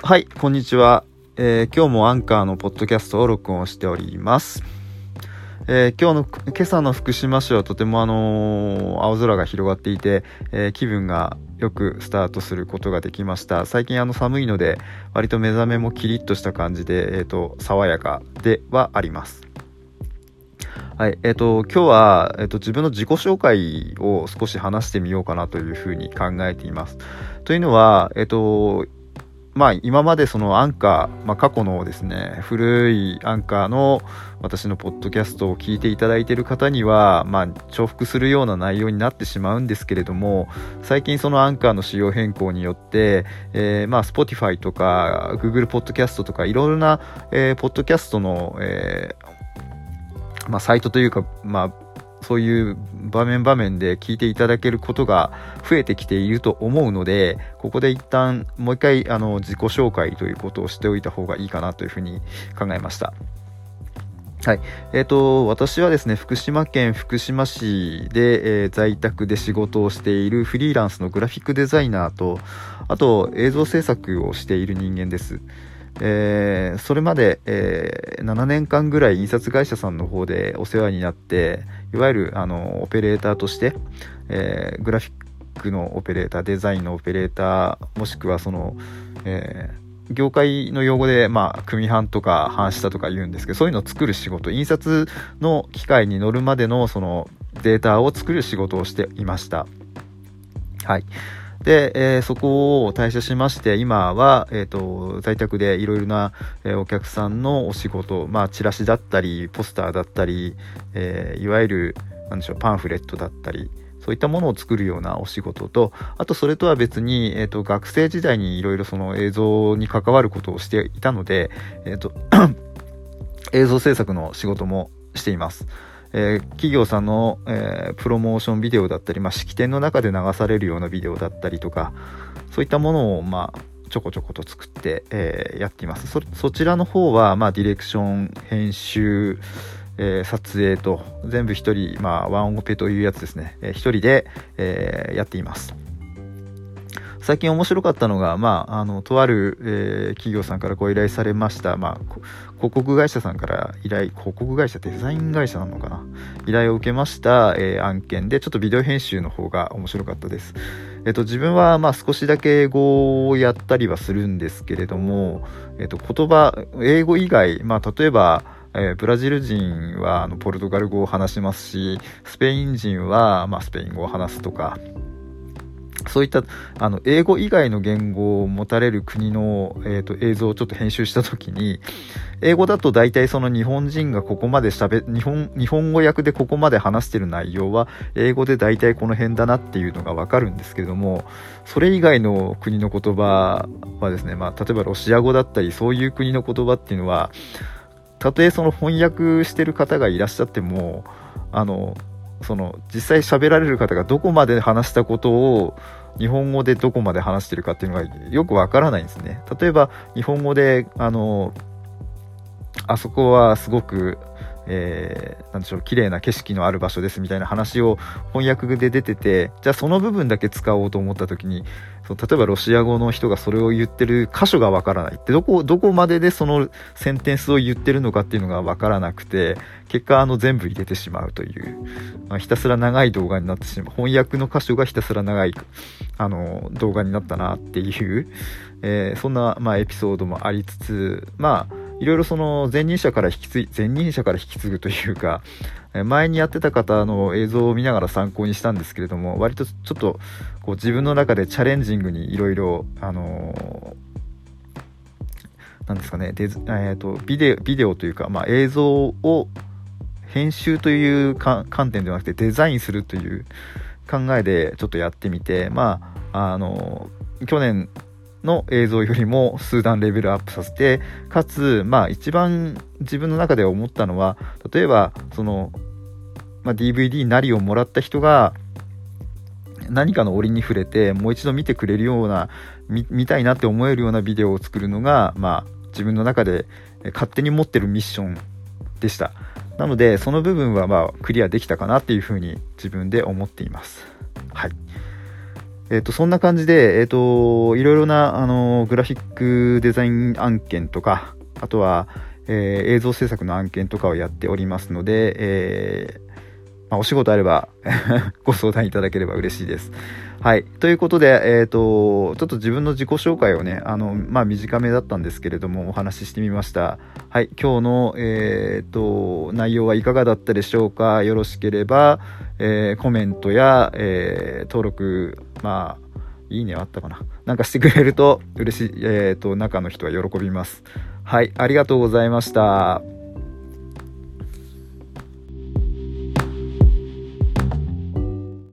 はい、こんにちは。今日もアンカーのポッドキャストを録音しております。今朝の福島市はとても青空が広がっていて、気分がよくスタートすることができました。最近寒いので割と目覚めもキリッとした感じで、爽やかではあります。はい、今日は、自分の自己紹介を少し話してみようかなというふうに考えています。というのは、今までそのアンカー、過去のですね、古いアンカーの私のポッドキャストを聞いていただいている方には、重複するような内容になってしまうんですけれども、最近そのアンカーの仕様変更によって、Spotify とか Google ポッドキャストとかいろいろな、ポッドキャストの、サイトというか、そういう場面で聞いていただけることが増えてきていると思うので、ここで一旦もう一回自己紹介ということをしておいた方がいいかなというふうに考えました。はい、私はですね、福島県福島市で、在宅で仕事をしているフリーランスのグラフィックデザイナーと、あと映像制作をしている人間です。それまで、7年間ぐらい印刷会社さんの方でお世話になって、いわゆるオペレーターとして、グラフィックのオペレーター、デザインのオペレーター、もしくはその、業界の用語で、組版とか版下とか言うんですけど、そういうのを作る仕事、印刷の機械に乗るまでのそのデータを作る仕事をしていました。はい。で、そこを退社しまして、今は、在宅でいろいろな、お客さんのお仕事、チラシだったりポスターだったり、いわゆるパンフレットだったり、そういったものを作るようなお仕事と、あとそれとは別に、学生時代にいろいろその映像に関わることをしていたので、映像制作の仕事もしています。企業さんの、プロモーションビデオだったり、式典の中で流されるようなビデオだったりとか、そういったものを、ちょこちょこと作って、やっています。そちらの方は、ディレクション、編集、撮影と全部一人、ワンオペというやつですね、一人で、やっています。最近面白かったのが、とある、企業さんからご依頼されました、広告会社さんから広告会社、デザイン会社なのかな、依頼を受けました、案件で、ちょっとビデオ編集の方が面白かったです。自分は少しだけ英語をやったりはするんですけれども、英語以外、例えばブラジル人はポルトガル語を話しますし、スペイン人はスペイン語を話すとか、そういった英語以外の言語を持たれる国の、映像をちょっと編集したときに、英語だと大体その日本人がここまで日本語訳でここまで話してる内容は英語で大体この辺だなっていうのがわかるんですけれども、それ以外の国の言葉はですね、例えばロシア語だったりそういう国の言葉っていうのは、たとえその翻訳してる方がいらっしゃっても、その実際喋られる方がどこまで話したことを日本語でどこまで話してるかっていうのがよくわからないんですね。例えば日本語であそこはすごく綺麗な景色のある場所ですみたいな話を翻訳で出てて、じゃあその部分だけ使おうと思った時に、例えばロシア語の人がそれを言ってる箇所がわからないって、どこまででそのセンテンスを言ってるのかっていうのがわからなくて、結果全部入れてしまうという、ひたすら長い動画になってしまう、翻訳の箇所がひたすら長い動画になったなっていう、そんなエピソードもありつつ、いろいろその前任者から引き継ぐというか、前にやってた方の映像を見ながら参考にしたんですけれども、割とちょっとこう自分の中でチャレンジングにいろいろなんですかね、ビデオというか、映像を編集という観点ではなくてデザインするという考えでちょっとやってみて、去年の映像よりも数段レベルアップさせて、かつ一番自分の中で思ったのは、例えばその、DVD なりをもらった人が何かの折に触れてもう一度見てくれるような、見たいなって思えるようなビデオを作るのが、自分の中で勝手に持ってるミッションでした。なのでその部分はクリアできたかなっていうふうに自分で思っています。はい。 そんな感じで、いろいろな、グラフィックデザイン案件とか、あとは、映像制作の案件とかをやっておりますので、お仕事あればご相談いただければ嬉しいです。はい。ということで、ちょっと自分の自己紹介をね、短めだったんですけれども、お話ししてみました。はい。今日の、内容はいかがだったでしょうか。よろしければ、コメントや、登録、いいねはあったかな。なんかしてくれると嬉しい、中の人は喜びます。はい。ありがとうございました。